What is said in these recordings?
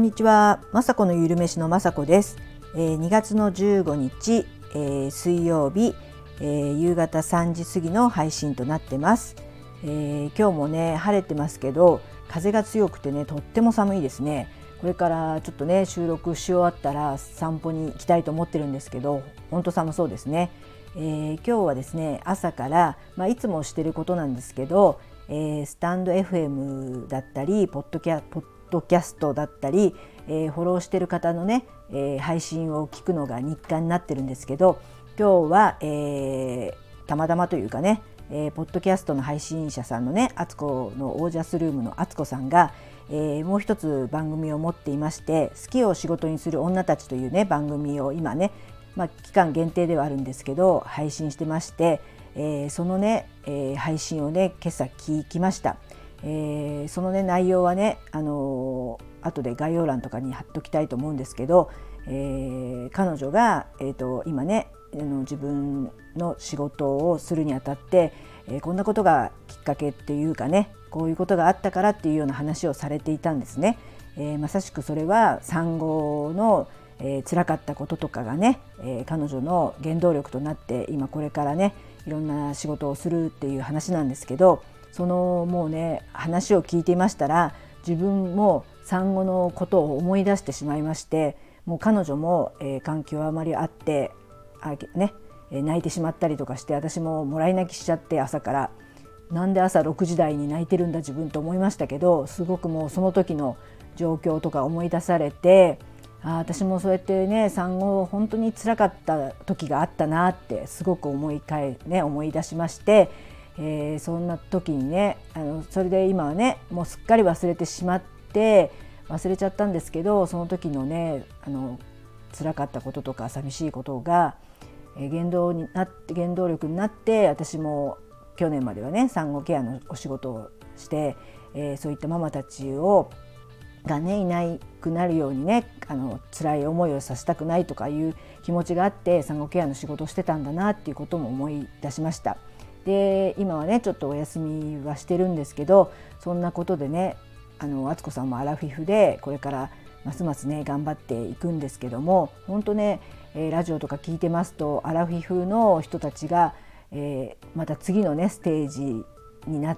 んにちは。まさこのゆるめしのまさこです。2月の15日、水曜日、夕方3時過ぎの配信となってます。今日もね晴れてますけど、風が強くてねとっても寒いですね。これからちょっとね収録し終わったら散歩に行きたいと思ってるんですけど、本当寒そうですね。今日はですね朝から、いつもしてることなんですけど、スタンド FM だったりポッドキャストだったり、フォローしてる方のね、配信を聞くのが日課になってるんですけど、今日は、たまたまというかね、ポッドキャストの配信者さんのねあつこのオージャスルームのあつこさんが、もう一つ番組を持っていまして、好きを仕事にする女たちというね番組を今ね、期間限定ではあるんですけど配信してまして、そのね、配信をね今朝聞きました。そのね内容はね、後で概要欄とかに貼っときたいと思うんですけど、彼女が、今ね自分の仕事をするにあたって、こんなことがきっかけっていうかね、こういうことがあったからっていうような話をされていたんですね。まさしくそれは産後の辛かったこととかがね、彼女の原動力となって今これからねいろんな仕事をするっていう話なんですけど、そのもうね話を聞いていましたら、自分も産後のことを思い出してしまいまして、もう彼女も、環境あまりあって泣いてしまったりとかして、私ももらい泣きしちゃって、朝からなんで朝6時台に泣いてるんだ自分と思いましたけど、すごくもうその時の状況とか思い出されて、私もそうやってね産後本当に辛かった時があったなってすごく思い出しまして、そんな時にねそれで今はねもうすっかり忘れてしまって忘れちゃったんですけど、その時のね辛かったこととか寂しいことが原動力になって、私も去年まではね産後ケアのお仕事をして、そういったママたちがねいなくなるようにね辛い思いをさせたくないとかいう気持ちがあって産後ケアの仕事をしてたんだなっていうことも思い出しました。で今はねちょっとお休みはしてるんですけど、そんなことでねあつこさんもアラフィフでこれからますますね頑張っていくんですけども、本当ね、ラジオとか聞いてますとアラフィフの人たちが、また次のねステージになって、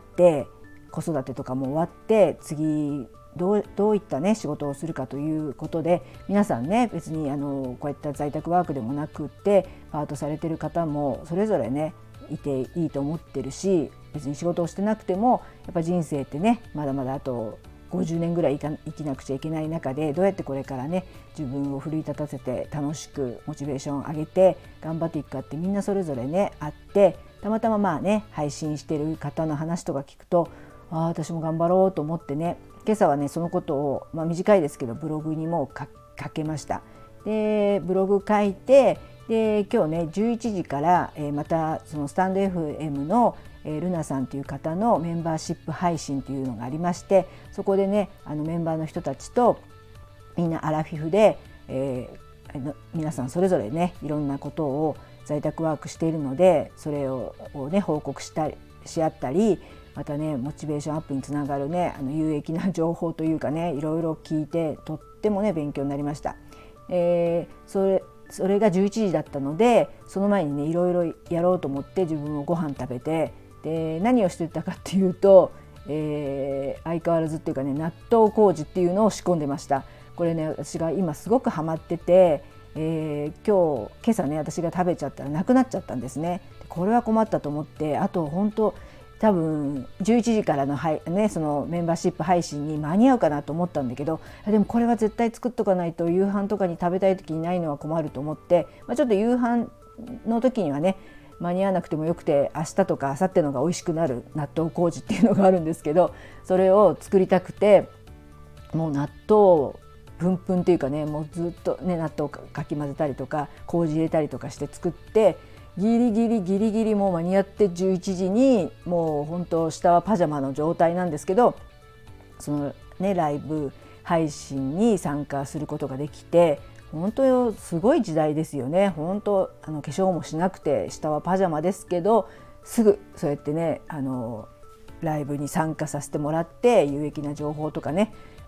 子育てとかも終わって次どういったね仕事をするかということで、皆さんね別にこういった在宅ワークでもなくってパートされてる方もそれぞれねいていいと思ってるし、別に仕事をしてなくてもやっぱ人生ってねまだまだあと50年ぐらい生きなくちゃいけない中で、どうやってこれからね自分を奮い立たせて楽しくモチベーションを上げて頑張っていくかってみんなそれぞれねあって、たまたま配信してる方の話とか聞くと、私も頑張ろうと思ってね、今朝はねそのことを、短いですけどブログにも書けました。でブログ書いて、で今日ね11時から、またそのスタンド FM のルナさんという方のメンバーシップ配信というのがありまして、そこでねメンバーの人たちとみんなアラフィフで、皆さんそれぞれねいろんなことを在宅ワークしているので、それをね報告し合ったり、またねモチベーションアップにつながるね有益な情報というかねいろいろ聞いて、とってもね勉強になりました。それが11時だったので、その前にねいろいろやろうと思って自分もご飯食べて、で何をしてたかっていうと、相変わらずっていうかね納豆麹っていうのを仕込んでました。これね私が今すごくハマってて、今朝ね私が食べちゃったらなくなっちゃったんですね。これは困ったと思って、あと本当多分11時からの、そのメンバーシップ配信に間に合うかなと思ったんだけど、でもこれは絶対作っとかないと夕飯とかに食べたい時にないのは困ると思って、ちょっと夕飯の時にはね間に合わなくてもよくて、明日とか明後日のが美味しくなる納豆麹っていうのがあるんですけど、それを作りたくて、もう納豆プンプンっていうかね、もうずっとね納豆をかき混ぜたりとか麹入れたりとかして作って、ギリギリもう間に合って11時にもう本当下はパジャマの状態なんですけど、そのねライブ配信に参加することができて、本当すごい時代ですよね。本当化粧もしなくて下はパジャマですけど、すぐそうやってねライブに参加させてもらって有益な情報とかね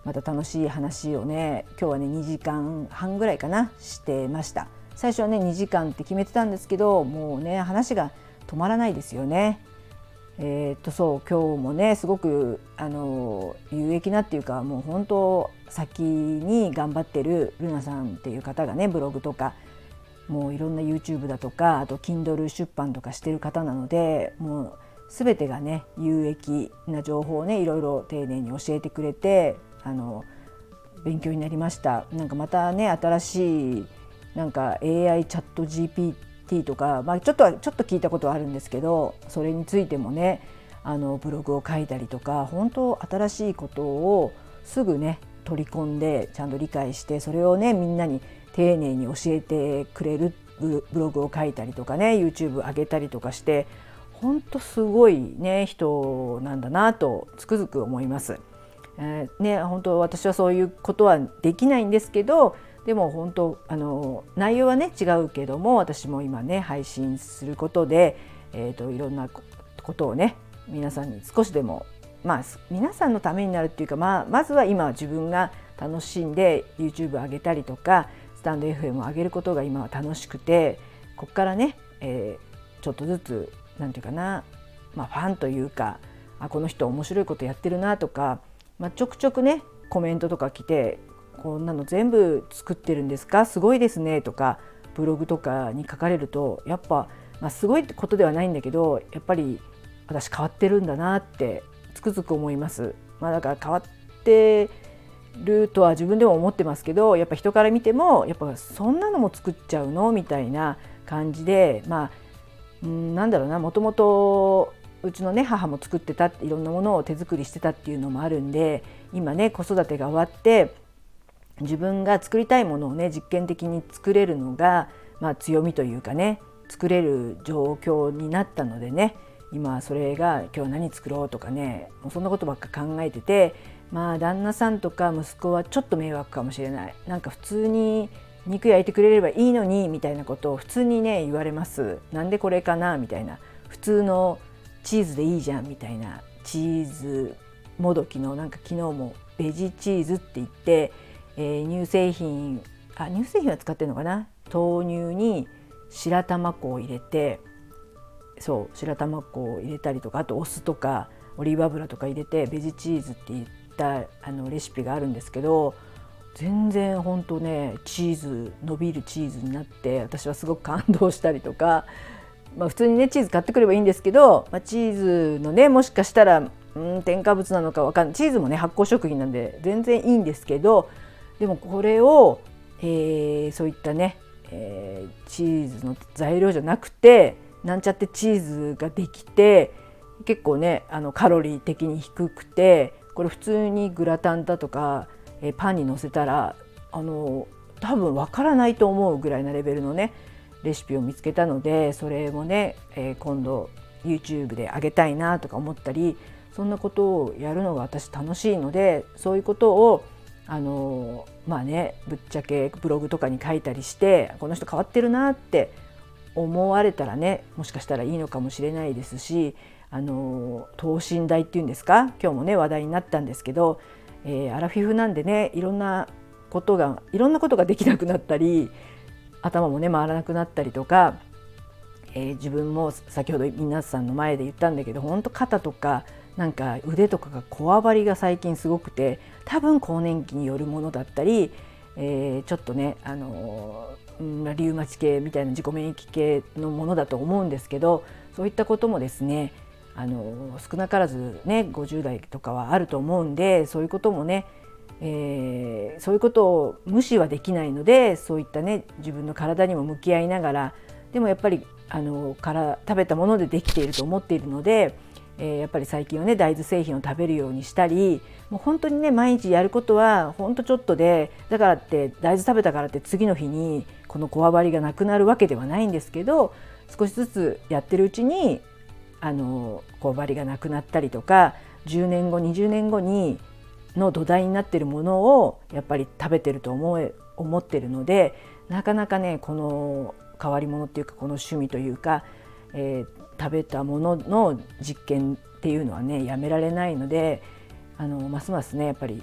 また楽しい話をね今日はね2時間半ぐらいかなしてました。最初はね2時間って決めてたんですけど、もうね話が止まらないですよね。そう今日もねすごく有益なっていうか、もう本当先に頑張ってるルナさんっていう方がねブログとかもういろんな YouTube だとか、あと Kindle 出版とかしてる方なので、もう全てがね有益な情報をねいろいろ丁寧に教えてくれて勉強になりました。なんかまたね新しいなんか AI チャット GPT とか、ちょっと聞いたことはあるんですけど、それについてもねブログを書いたりとか、本当新しいことをすぐね取り込んでちゃんと理解して、それをねみんなに丁寧に教えてくれるブログを書いたりとかね YouTube 上げたりとかして、本当すごいね人なんだなとつくづく思います。本当私はそういうことはできないんですけど、でも本当内容はね違うけども、私も今ね配信することで、いろんなことをね皆さんに少しでも皆さんのためになるっていうか、まずは今自分が楽しんで YouTube 上げたりとかスタンド FM を上げることが今は楽しくて、ここからね、ちょっとずつなんていうかな、ファンというか、この人面白いことやってるなとか、ちょくちょくねコメントとか来て、こんなの全部作ってるんですか、すごいですねとかブログとかに書かれると、やっぱ、すごいってことではないんだけど、やっぱり私変わってるんだなってつくづく思います。だから変わってるとは自分でも思ってますけど、やっぱ人から見てもやっぱそんなのも作っちゃうのみたいな感じで、なんだろうな、もともとうちのね母も作ってた、いろんなものを手作りしてたっていうのもあるんで、今ね子育てが終わって自分が作りたいものをね実験的に作れるのが、強みというかね、作れる状況になったのでね、今それが今日何作ろうとかね、もうそんなことばっか考えてて、旦那さんとか息子はちょっと迷惑かもしれない。なんか普通に肉焼いてくれればいいのにみたいなことを普通にね言われます。なんでこれかなみたいな、普通のチーズでいいじゃんみたいな、チーズもどきのなんか昨日もベジチーズって言って、乳製品は使ってるのかな、豆乳に白玉粉を入れて、白玉粉を入れたりとか、あとお酢とかオリーブ油とか入れてベジチーズって言ったレシピがあるんですけど、全然ほんとね伸びるチーズになって、私はすごく感動したりとか、普通にねチーズ買ってくればいいんですけど、チーズのねもしかしたら添加物なのかわかんない、チーズもね発酵食品なんで全然いいんですけど、でもこれを、そういったね、チーズの材料じゃなくてなんちゃってチーズができて、結構ねカロリー的に低くて、これ普通にグラタンだとか、パンにのせたら多分わからないと思うぐらいなレベルのねレシピを見つけたので、それもね、今度 YouTube で上げたいなとか思ったり、そんなことをやるのが私楽しいので、そういうことをぶっちゃけブログとかに書いたりして、この人変わってるなって思われたらね、もしかしたらいいのかもしれないですし、等身大っていうんですか、今日もね話題になったんですけど、アラフィフなんでねいろんなことができなくなったり、頭もね回らなくなったりとか、自分も先ほど皆さんの前で言ったんだけど、本当肩とかなんか腕とかがこわばりが最近すごくて、多分更年期によるものだったり、ちょっとねリウマチ系みたいな自己免疫系のものだと思うんですけど、そういったこともですね少なからずね50代とかはあると思うんで、そういうこともね、そういうことを無視はできないので、そういったね自分の体にも向き合いながら、でもやっぱり食べたものでできていると思っているので、やっぱり最近はね大豆製品を食べるようにしたり、もう本当にね毎日やることは本当ちょっとで、だからって大豆食べたからって次の日にこのこわばりがなくなるわけではないんですけど、少しずつやってるうちにこわばりがなくなったりとか、10年後20年後にの土台になっているものをやっぱり食べてると思ってるので、なかなかねこの変わり者っていうか、この趣味というか、食べたものの実験っていうのはねやめられないので、ますますねやっぱり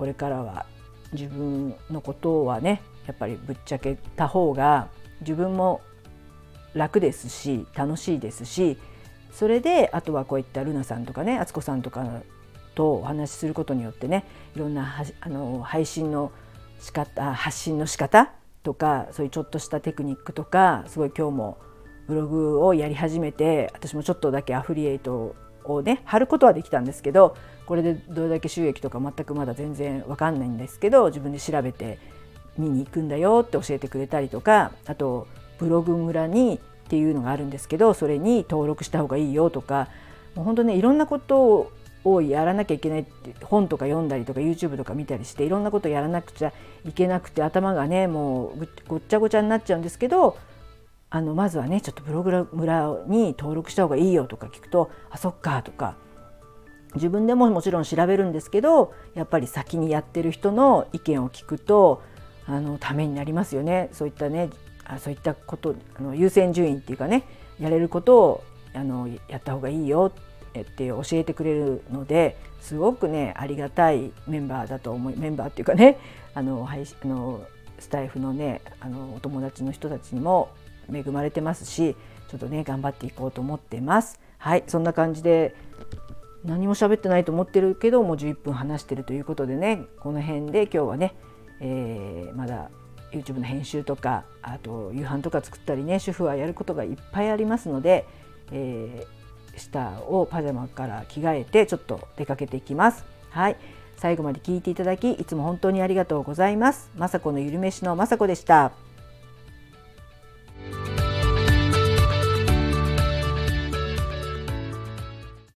これからは自分のことはねやっぱりぶっちゃけた方が自分も楽ですし楽しいですし、それであとはこういったルナさんとかね敦子さんとかとお話しすることによってね、いろんな配信の仕方、発信の仕方とか、そういうちょっとしたテクニックとか、すごい今日もブログをやり始めて、私もちょっとだけアフリエイトをね貼ることはできたんですけど、これでどれだけ収益とか全くまだ全然わかんないんですけど、自分で調べて見に行くんだよって教えてくれたりとか、あとブログ村にっていうのがあるんですけど、それに登録した方がいいよとか、もう本当ねいろんなことをやらなきゃいけないって、本とか読んだりとか YouTube とか見たりしていろんなことやらなくちゃいけなくて、頭がねもうごっちゃごちゃになっちゃうんですけど、まずはねちょっとブログ村に登録した方がいいよとか聞くと、あそっかとか、自分でももちろん調べるんですけど、やっぱり先にやってる人の意見を聞くとためになりますよね。そういったねそういったこと優先順位っていうかね、やれることをやった方がいいよって教えてくれるので、すごくねありがたいメンバーだとメンバーっていうかねスタイフのねお友達の人たちにも恵まれてますし、ちょっとね頑張っていこうと思ってます。はい、そんな感じで何も喋ってないと思ってるけどもう11分話してるということでね、この辺で今日はね、まだ YouTube の編集とか、あと夕飯とか作ったりね、主婦はやることがいっぱいありますので、下をパジャマから着替えてちょっと出かけていきます。はい、最後まで聞いていただきいつも本当にありがとうございます。まさこのゆるめしのまさこでした。